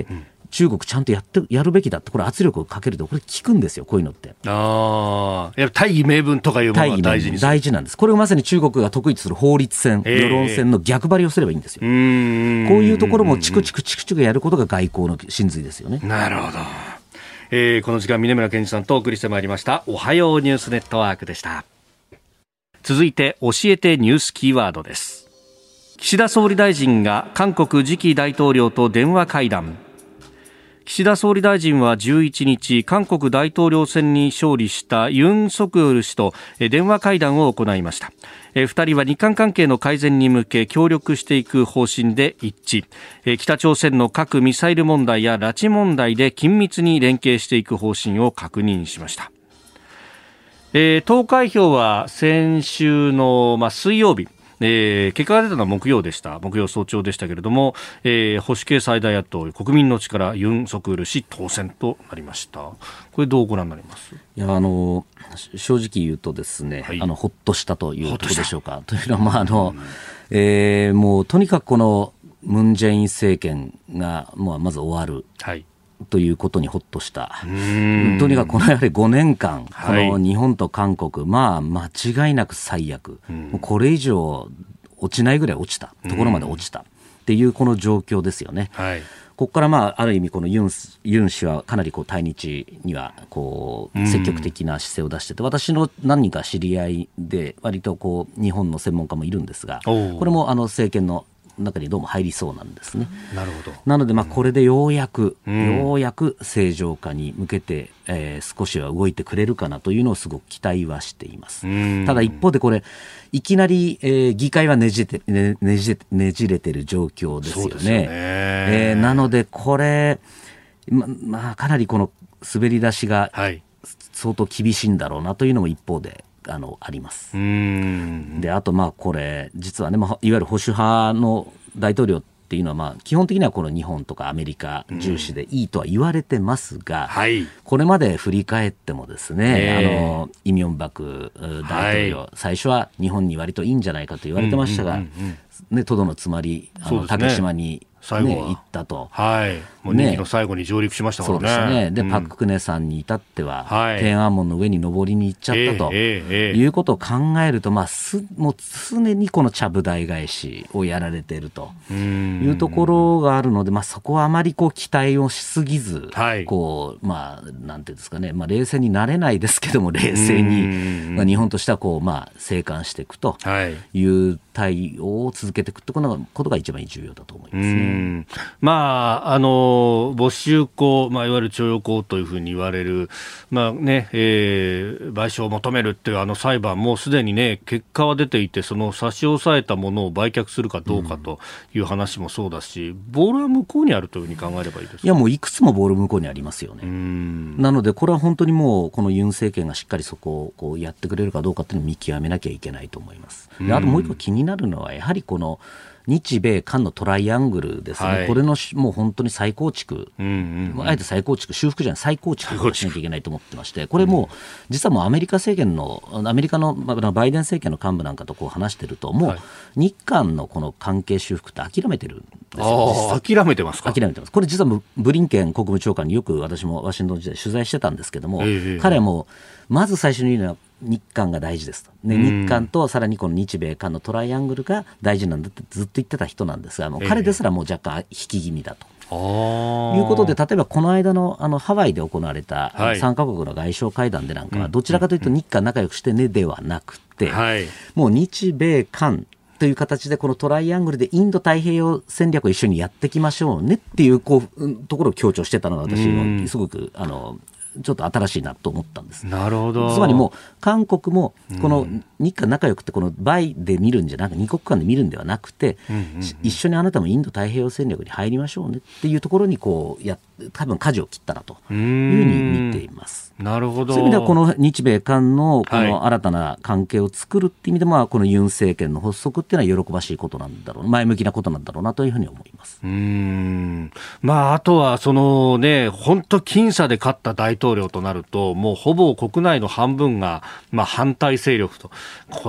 中国ちゃんとやってやるべきだって、これ圧力をかけるとこれ効くんですよ、こういうのって。 ああ、やっぱ大義名分とかいうものが大事にする。 大事なんです。これをまさに中国が得意とする法律戦、世論戦の逆張りをすればいいんですよ。うーん、こういうところもチクチクチクチクやることが外交の真髄ですよね。 なるほど。えー、この時間峰村健二さんとお送りしてまいりましたおはようニュースネットワークでした。続いて教えてニュースキーワードです。岸田総理大臣が韓国次期大統領と電話会談。岸田総理大臣はじゅういちにち、韓国大統領選に勝利したユン・ソクヨル氏と電話会談を行いました。ふたりは日韓関係の改善に向け協力していく方針で一致。北朝鮮の核・ミサイル問題や拉致問題で緊密に連携していく方針を確認しました。えー、投開票は先週の、まあ、水曜日、えー、結果が出たのは木曜でした。木曜早朝でしたけれども、えー、保守系最大野党国民の力ユン・ソクヨル氏当選となりました。これどうご覧になります？ いや、あの正直言うとですね、はい、あのほっとしたというところでしょうか。というのは、まああのえー、もうとにかくこのムン・ジェイン政権が、まあ、まず終わる、はい、ということにほっとした。とにかくこのやはりごねんかん、この日本と韓国、まあ間違いなく最悪、もうこれ以上落ちないぐらい落ちたところまで落ちたっていうこの状況ですよね。はい、ここからまあある意味このユン、ユン氏はかなりこう対日にはこう積極的な姿勢を出してて、私の何人か知り合いで割とこう日本の専門家もいるんですが、これもあの政権の中にどうも入りそうなんですね。 なるほど。 なのでまあこれでようやく、うん、ようやく正常化に向けて、えー、少しは動いてくれるかなというのをすごく期待はしています。うん、ただ一方でこれいきなり、えー、議会はねじれて、ね、ねじれ、ねじれてる状況ですよね。そうですよね。えー、なのでこれ、ま、まあかなりこの滑り出しが相当厳しいんだろうなというのも一方であのあります。うーん、であとまあこれ実はね、まあ、いわゆる保守派の大統領っていうのはまあ基本的にはこの日本とかアメリカ重視でいいとは言われてますが、はい、これまで振り返ってもですね、あのイ・ミョンバク大統領、はい、最初は日本に割といいんじゃないかと言われてましたが、うんうんうんうん、ね、とどのつまりあの、ね、竹島に最後は、ね、行ったと、はい、 もう任期の最後に上陸しましたからね。 そうですね。で、うん、パククネさんに至っては、はい、天安門の上に登りに行っちゃったと、えーえー、いうことを考えると、まあ、すもう常にこのちゃぶ台返しをやられているというところがあるので、まあ、そこはあまりこう期待をしすぎず、はい、こうまあ、なんていうんですかね、まあ、冷静になれないですけども冷静に、まあ、日本としてはこう、まあ、静観していくという対応を続けていくということが一番重要だと思いますね。うん、 まあ、あの没収行、まあ、いわゆる徴用工というふうに言われる、まあねえー、賠償を求めるっていうあの裁判もすでに、ね、結果は出ていて、その差し押さえたものを売却するかどうかという話もそうだし、うん、ボールは向こうにあるというふうに考えればいいですか？ いや、もういくつもボール向こうにありますよね。うん、なのでこれは本当にもうこのユン政権がしっかりそこをこうやってくれるかどうかっていうのを見極めなきゃいけないと思います。であともう一個気になるのはやはりこの日米韓のトライアングルですね、はい、これのもう本当に再構築、うんうんうん、あえて再構築、修復じゃない再構築をしなきゃいけないと思ってまして、これもう実はもうアメリカ政権のアメリカのバイデン政権の幹部なんかとこう話してると、もう日韓のこの関係修復って諦めてるんですよ。 あ、諦めてますか？ 諦めてます。これ実はブリンケン国務長官によく私もワシントン時代取材してたんですけども、えー、彼はもうまず最初に言うのは日韓が大事ですと、ね、日韓とさらにこの日米韓のトライアングルが大事なんだってずっと言ってた人なんですが、もう彼ですらもう若干引き気味だと、えー、いうことで、例えばこの間 の, あのハワイで行われたさんカ国の外相会談でなんかはどちらかというと日韓仲良くしてねではなくて、もう日米韓という形でこのトライアングルでインド太平洋戦略を一緒にやっていきましょうねっていう、こうところを強調してたのが私もすごくあのちょっと新しいなと思ったんです。 なるほど。 つまりもう韓国もこの日韓仲良くってこのバイで見るんじゃなく、二国間で見るんではなくて、うんうんうん、一緒にあなたもインド太平洋戦略に入りましょうねっていうところにこうや多分舵を切ったなというふうに見ています。 なるほど。 そういう意味ではこの日米韓のこの新たな関係を作るっていう意味でも、このユン政権の発足っていうのは喜ばしいことなんだろう、前向きなことなんだろうなというふうに思います。 うーん、まあ、あとはそのね、本当僅差で勝った大統領となると、もうほぼ国内の半分がまあ反対勢力と、これを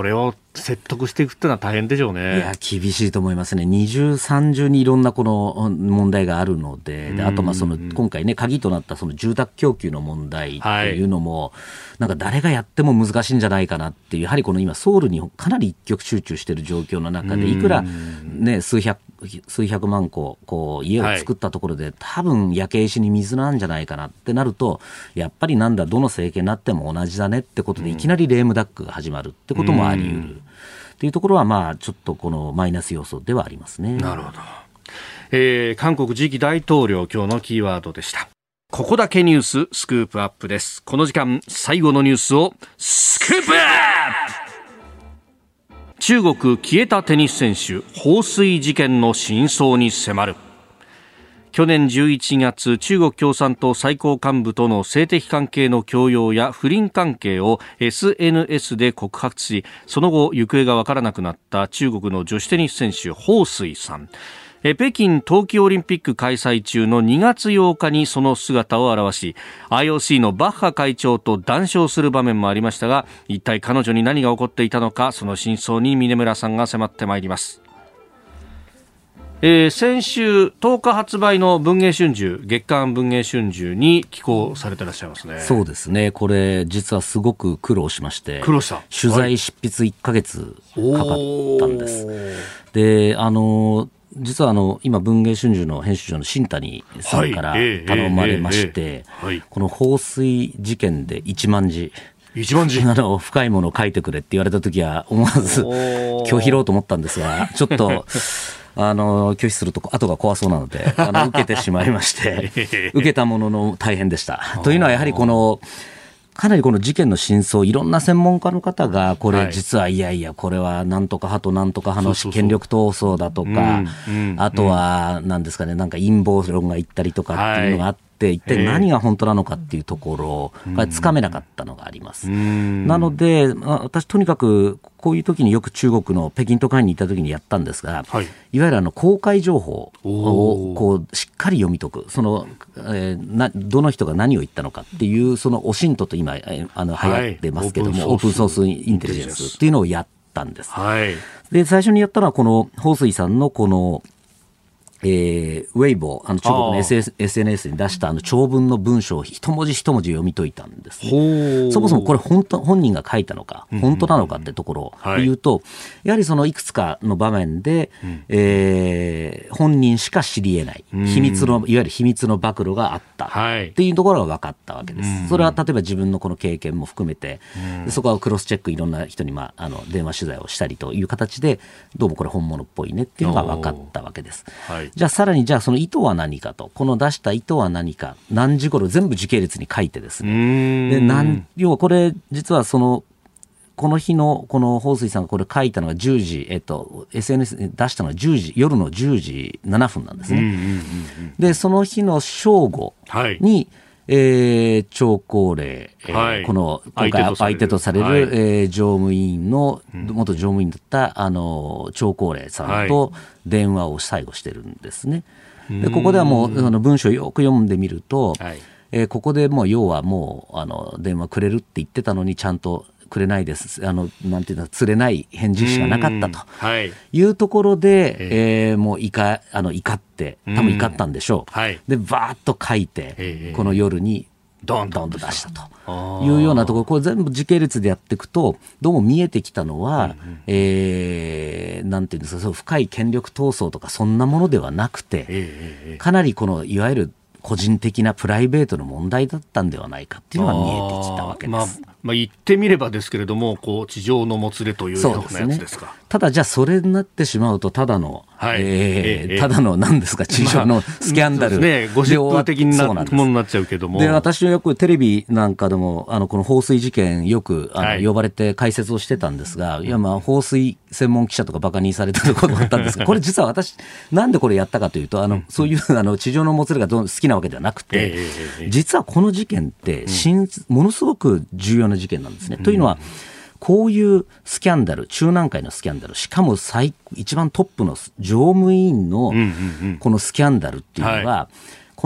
説得していくってのは大変でしょうね。 いや厳しいと思いますね。二重三重にいろんなこの問題があるので、であとまあその今回ね鍵となったその住宅供給の問題っていうのも、はい、なんか誰がやっても難しいんじゃないかなっていう、やはりこの今ソウルにかなり一極集中している状況の中で、いくらね数百数百万戸こう家を作ったところで、はい、多分焼け石に水なんじゃないかなってなると、やっぱりなんだどの政権になっても同じだねってことでいきなりレームダックが始まるってこともあり得るっていうところは、まあちょっとこのマイナス要素ではありますね。 なるほど。えー、韓国次期大統領今日のキーワードでした。ここだけニューススクープアップです。この時間最後のニュースをスクープアップ。中国消えたテニス選手放水事件の真相に迫る。去年じゅういちがつ、中国共産党最高幹部との性的関係の強要や不倫関係を エスエヌエス で告発し、その後行方がわからなくなった中国の女子テニス選手彭帥さん。北京冬季オリンピック開催中のにがつようかにその姿を現し、 アイオーシー のバッハ会長と談笑する場面もありましたが、一体彼女に何が起こっていたのか、その真相に峰村さんが迫ってまいります。えー、先週とおか発売の文藝春秋、月刊文藝春秋に寄稿されていらっしゃいますね。 そうですね。これ実はすごく苦労しまして、 苦労した取材執筆いっかげつかかったんです。で、あの実はあの今文藝春秋の編集長の新谷さんから頼まれまして、この放水事件でいちまんじ一番字あの深いものを書いてくれって言われたときは思わず拒否ろうと思ったんですが、ちょっとあの拒否すると後が怖そうなのであの受けてしまいまして受けたものの大変でした。というのはやはりこのかなりこの事件の真相、いろんな専門家の方がこれ実はいやいやこれはなんとか派となんとか派の権力闘争だとか、あとは何ですかね、なんか陰謀論が言ったりとかっていうのがあって、一体何が本当なのかっていうところがつかめなかったのがあります。なので私とにかくこういう時によく中国の北京特派員に行った時にやったんですが、はい、いわゆるあの公開情報をこうしっかり読み解く、その、えー、などの人が何を言ったのかっていうそのオシントと今あの流行ってますけども、はい、オープンソースインテリジェンスっていうのをやったんです。はい、で最初にやったのはこの彭帥さんのこのえー、ウェイボー、あの中国の エスエヌエス に出したあの長文の文章を一文字一文字読み解いたんです、ね、そもそもこれ本当本人が書いたのか本当なのかってところを言うと、はい、やはりそのいくつかの場面で、うんえー、本人しか知り得ない秘密のいわゆる秘密の暴露があったっていうところが分かったわけです、はい、それは例えば自分のこの経験も含めて、うん、そこはクロスチェックいろんな人に、まあ、あの電話取材をしたりという形でどうもこれ本物っぽいねっていうのが分かったわけです、はい、じゃあさらにじゃあその意図は何かと、この出した意図は何か、何時頃全部時系列に書いてですね、でなん要はこれ実はそのこの日のこの彭帥さんがこれ書いたのがじゅうじ、えっと、エスエヌエス に出したのがじゅうじ、夜のじゅうじななふんなんですね、うんうんうんうん、でその日の正午に、はいえー、張高麗、えーはい、この今回相手とされる、はいえー、常務委員の元常務委員だったあの張高麗さんと電話を最後してるんですね。でここではもうあの文章をよく読んでみると、はいえー、ここでもう要はもうあの電話くれるって言ってたのにちゃんとくれないです、あのなんていうの釣れない返事しかなかったというところで、はいえー、もう怒あの怒って多分怒ったんでしょう、はい、でバーッと書いてこの夜にドンドンと出したというようなところ、これ全部時系列でやっていくとどうも見えてきたのは、うんうんえー、なんていうんですか、そう深い権力闘争とかそんなものではなくて、かなりこのいわゆる個人的なプライベートの問題だったんではないかっていうのが見えてきたわけです。 まあまあ、言ってみればですけれども、こう地上のもつれというようなやつですか。 ね、ただじゃあそれになってしまうとただの、はいえーえー、ただの何ですか地上のスキャンダル、まあ、 ね、ゴシップ的なものになっちゃうけども、 で私はよくテレビなんかでもあのこの放水事件よくあの、はい、呼ばれて解説をしてたんですが、いやまあ放水専門記者とかバカにされたところだったんですがこれ実は私なんでこれやったかというとあの、うん、そういうあの地上のもつれがどう好きなわけではなくて、えー、実はこの事件って真、うん、ものすごく重要な事件なんですね、うん、というのはこういうスキャンダル、中南海のスキャンダル、しかも最一番トップの常務委員のこのスキャンダルっていうのが、はい、この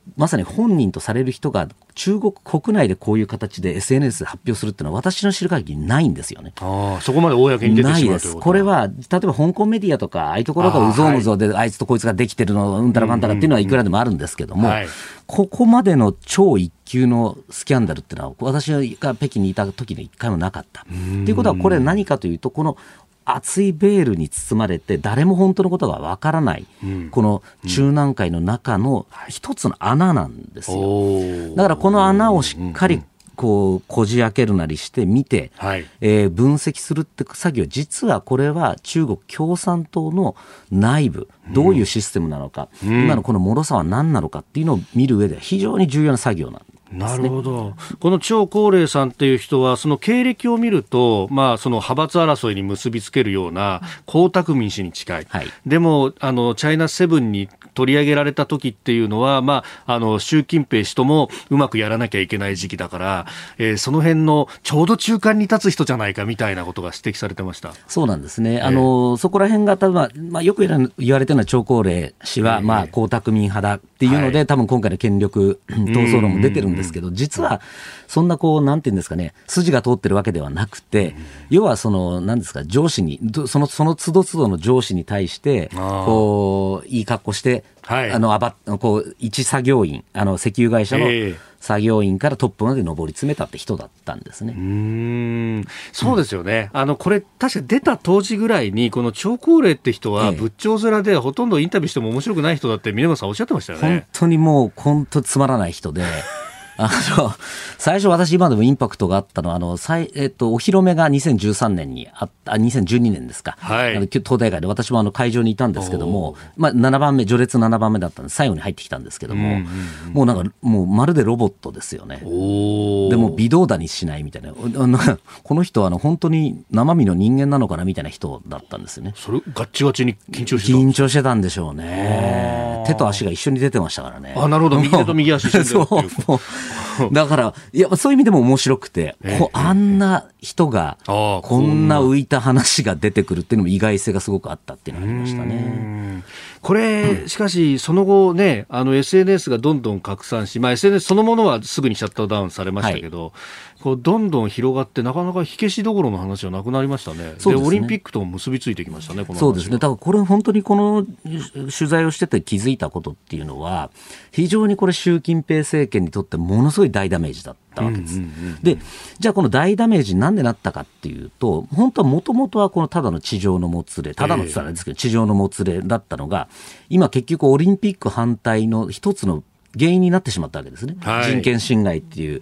まさに本人とされる人が中国国内でこういう形で エスエヌエス で発表するっていうのは私の知る限りないんですよね。 ああ、そこまで公に出てしまうということはないです。これは例えば香港メディアとかああいうところがうぞうむぞうで あ,、はい、あいつとこいつができてるのうんたらかんたらっていうのはいくらでもあるんですけども、うんうんうん、ここまでの超一級のスキャンダルっていうのは私が北京にいた時に一回もなかったということは、これ何かというと、この厚いベールに包まれて誰も本当のことがわからない、うん、この中南海の中の一つの穴なんですよ、うん、だからこの穴をしっかりこうこじ開けるなりして見て、はい、えー、分析するって作業、実はこれは中国共産党の内部どういうシステムなのか、うん、今のこの脆さは何なのかっていうのを見る上では非常に重要な作業なんです。 なるほど。この張高麗さんっていう人はその経歴を見ると、まあ、その派閥争いに結びつけるような江沢民氏に近い、はい、でもあのチャイナセブンに取り上げられた時っていうのは、まあ、あの習近平氏ともうまくやらなきゃいけない時期だから、えー、その辺のちょうど中間に立つ人じゃないかみたいなことが指摘されてました。 そうなんですね、あの、えー、そこら辺が多分、まあ、よく言われてるのは張高麗氏は、まあ、江沢民派だっていうので、はい、多分今回の権力闘争論も出てるんですけど、実はそんなこうなんていうんですかね、筋が通ってるわけではなくて、要はその何ですか、上司にそのその都度都度の上司に対してこういい格好して、はい、あのあばこう一作業員、あの石油会社の作業員からトップまで上り詰めたって人だったんですね。 うーん、そうですよね、うん、あのこれ確か出た当時ぐらいにこの張高麗って人は仏頂面でほとんどインタビューしても面白くない人だって峰本さんおっしゃってましたよね。 本当にもう本当つまらない人であの最初私今でもインパクトがあったのは、あの、えっと、お披露目がにせんじゅうさんねんにあった、にせんじゅうにねんですか、はい、あの党大会で私もあの会場にいたんですけども、まあ、ななばんめ、序列ななばんめだったんで最後に入ってきたんですけども、うんうんうん、もうなんかもうまるでロボットですよね。でも微動だにしないみたいな、この人はあの本当に生身の人間なのかなみたいな人だったんですよね。 それガッチガチに緊張してた緊張してたんでしょうね。手と足が一緒に出てましたからね。 あ、なるほど、右手と右足一緒に出てるっていう。そうだからいや、そういう意味でも面白くて、えー、こうあんな人がこんな浮いた話が出てくるっていうのも意外性がすごくあったっていうのがありましたね。 これしかしその後ね、あの エスエヌエス がどんどん拡散し、まあ、エスエヌエス そのものはすぐにシャットダウンされましたけど、はい、こうどんどん広がってなかなか火消しどころの話はなくなりましたね。で、オリンピックとも結びついてきましたね、この話。 そうですね。だからこれ本当にこの取材をしてて気づいたことっていうのは、非常にこれ習近平政権にとってものすごい大ダメージだったわけです、うんうんうんうん、でじゃあこの大ダメージになんでなったかっていうと、本当はもともとはこのただの地上のもつれ、ただのって言ったらあれですけど、地上のもつれだったのが、今結局オリンピック反対の一つの原因になってしまったわけですね、はい、人権侵害っていう、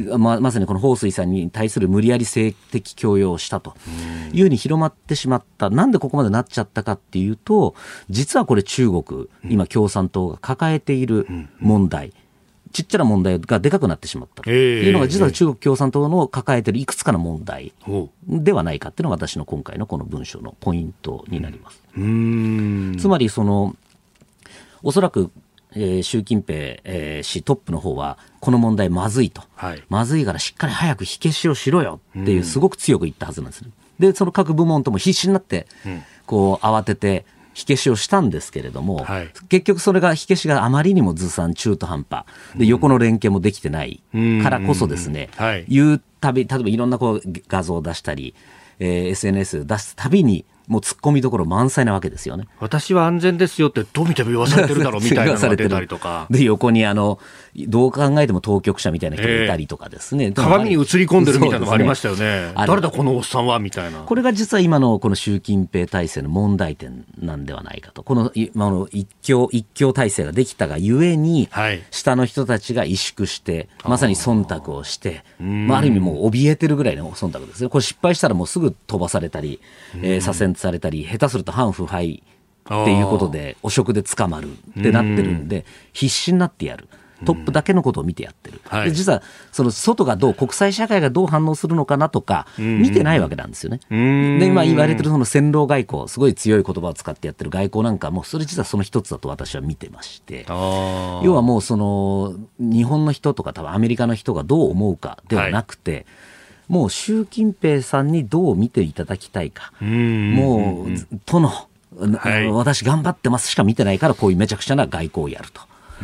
うん、ま, まさにこの彭帥さんに対する無理やり性的強要をしたというふうに広まってしまった。なんでここまでなっちゃったかっていうと、実はこれ中国、今共産党が抱えている問題、ちっちゃな問題がでかくなってしまったというのが、実は中国共産党の抱えているいくつかの問題ではないかっていうのが私の今回のこの文章のポイントになります。うーん、つまりそのおそらくえー、習近平、えー、氏トップの方はこの問題まずいと、はい、まずいからしっかり早く火消しをしろよっていうすごく強く言ったはずなんですね。でその各部門とも必死になってこう慌てて火消しをしたんですけれども、はい、結局それが火消しがあまりにもずさん中途半端で、横の連携もできてないからこそですね、はい、言うたび例えばいろんなこう画像を出したり、えー、エスエヌエス 出すたびにもう突っ込みどころ満載なわけですよね。 私は安全ですよってどう見ても言わされてるだろうみたいなのが出たりとかで、横にあのどう考えても当局者みたいな人がいたりとかですね、えー、 鏡に映り込んでるみたいなのがありましたよね。誰だこのおっさんはみたいな。 これが実は今のこの習近平体制の問題点なんではないかと。この今の一強一強体制ができたがゆえに、はい、下の人たちが萎縮してまさに忖度をして、あ,、まあ、ある意味もう怯えてるぐらいの忖度ですね。これ失敗したらもうすぐ飛ばされたり、えー、左遷されたり、下手すると反腐敗っていうことで汚職で捕まるってなってるんで、必死になってやる。トップだけのことを見てやってる、はい、で実はその外がどう、国際社会がどう反応するのかなとか見てないわけなんですよね。で今言われてるその戦狼外交、すごい強い言葉を使ってやってる外交なんかもそれ実はその一つだと私は見てまして、要はもうその日本の人とか多分アメリカの人がどう思うかではなくて、はい、もう習近平さんにどう見ていただきたいか、もう殿、はい、私頑張ってますしか見てないからこういうめちゃくちゃな外交をやると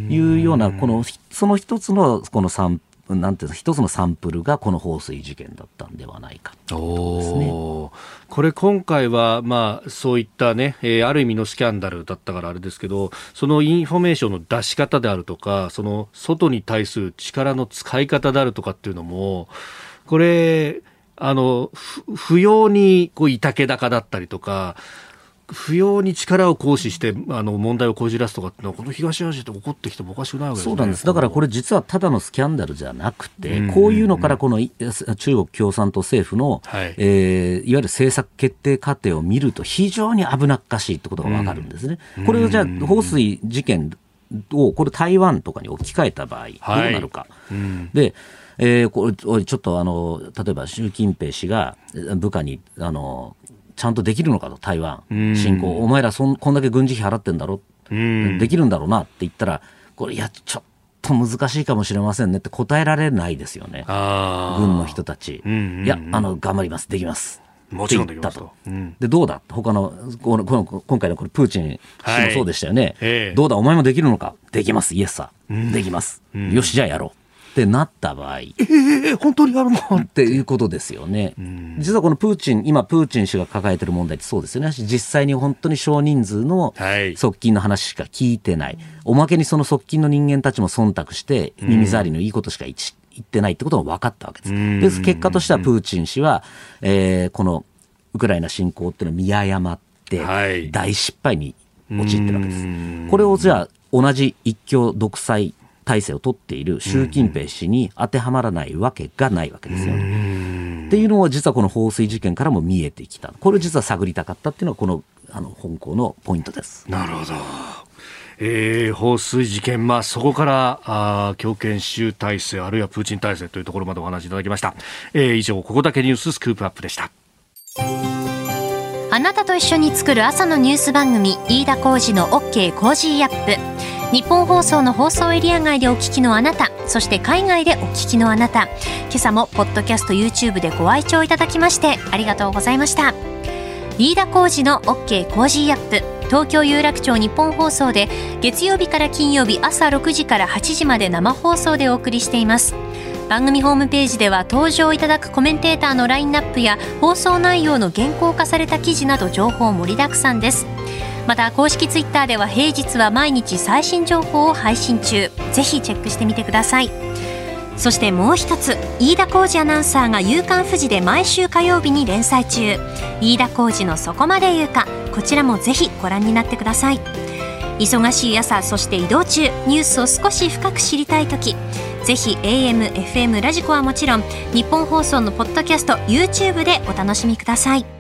いうようなこのその一つのこのサンなんていうの一つのサンプルがこの放水事件だったんではないかとですね。 おこれ今回は、まあ、そういったね、えー、ある意味のスキャンダルだったからあれですけど、そのインフォメーションの出し方であるとか、その外に対する力の使い方であるとかっていうのも、これあの不要にこういたけ高だったりとか、不要に力を行使してあの問題をこじらすとかってのはこの東アジアで起こってきてもおかしくないわけですね。 そうなんです。だからこれ実はただのスキャンダルじゃなくて、うんうんうん、こういうのからこの中国共産党政府の、はいえー、いわゆる政策決定過程を見ると非常に危なっかしいってことが分かるんですね、うん、これをじゃあ放水事件をこれ台湾とかに置き換えた場合どうなるか、はいうん、でえー、これちょっとあの例えば習近平氏が部下にあのちゃんとできるのかと台湾侵攻、お前らそんこんだけ軍事費払ってんだろ、できるんだろうなって言ったら、これいやちょっと難しいかもしれませんねって答えられないですよね。軍の人たち、うんうんうん、いやあの頑張りますできますもちろんできますと、うん、 でどうだ他のこのこの今回のこれプーチン氏もそうでしたよね、はい、どうだお前もできるのかできますイエスさ、うん、できます、うん、よしじゃあやろうってなった場合、えー、本当にやるのっていうことですよね。実はこのプーチン今プーチン氏が抱えている問題ってそうですよね。実際に本当に少人数の側近の話しか聞いてない、はい、おまけにその側近の人間たちも忖度して耳障りのいいことしか言ってないってことが分かったわけです。で結果としてはプーチン氏は、えー、このウクライナ侵攻っていうのを見誤って大失敗に陥ってるわけです。これをじゃあ同じ一強独裁体制を取っている習近平氏に当てはまらないわけがないわけですよね。っていうのは実はこの放水事件からも見えてきた。これを実は探りたかったっていうのはこのあの本校のポイントです。 なるほど。えー、放水事件、まあ、そこからあ強権習体制あるいはプーチン体制というところまでお話しいただきました。えー、以上ここだけニューススクープアップでした。 あなたと一緒に作る朝のニュース番組飯田浩司の OK コージーアップ。日本放送の放送エリア外でお聞きのあなた、そして海外でお聞きのあなた、今朝もポッドキャスト YouTube でご愛聴いただきましてありがとうございました。飯田浩司の OK コージーアップ、東京有楽町日本放送で月曜日から金曜日朝ろくじからはちじまで生放送でお送りしています。番組ホームページでは登場いただくコメンテーターのラインナップや放送内容の原稿化された記事など情報盛りだくさんです。また公式ツイッターでは平日は毎日最新情報を配信中、ぜひチェックしてみてください。そしてもう一つ、飯田浩司アナウンサーが夕刊フジで毎週火曜日に連載中、飯田浩司のそこまで言うか、こちらもぜひご覧になってください。忙しい朝、そして移動中、ニュースを少し深く知りたいとき、ぜひ エーエム、エフエム ラジコはもちろん日本放送のポッドキャスト YouTube でお楽しみください。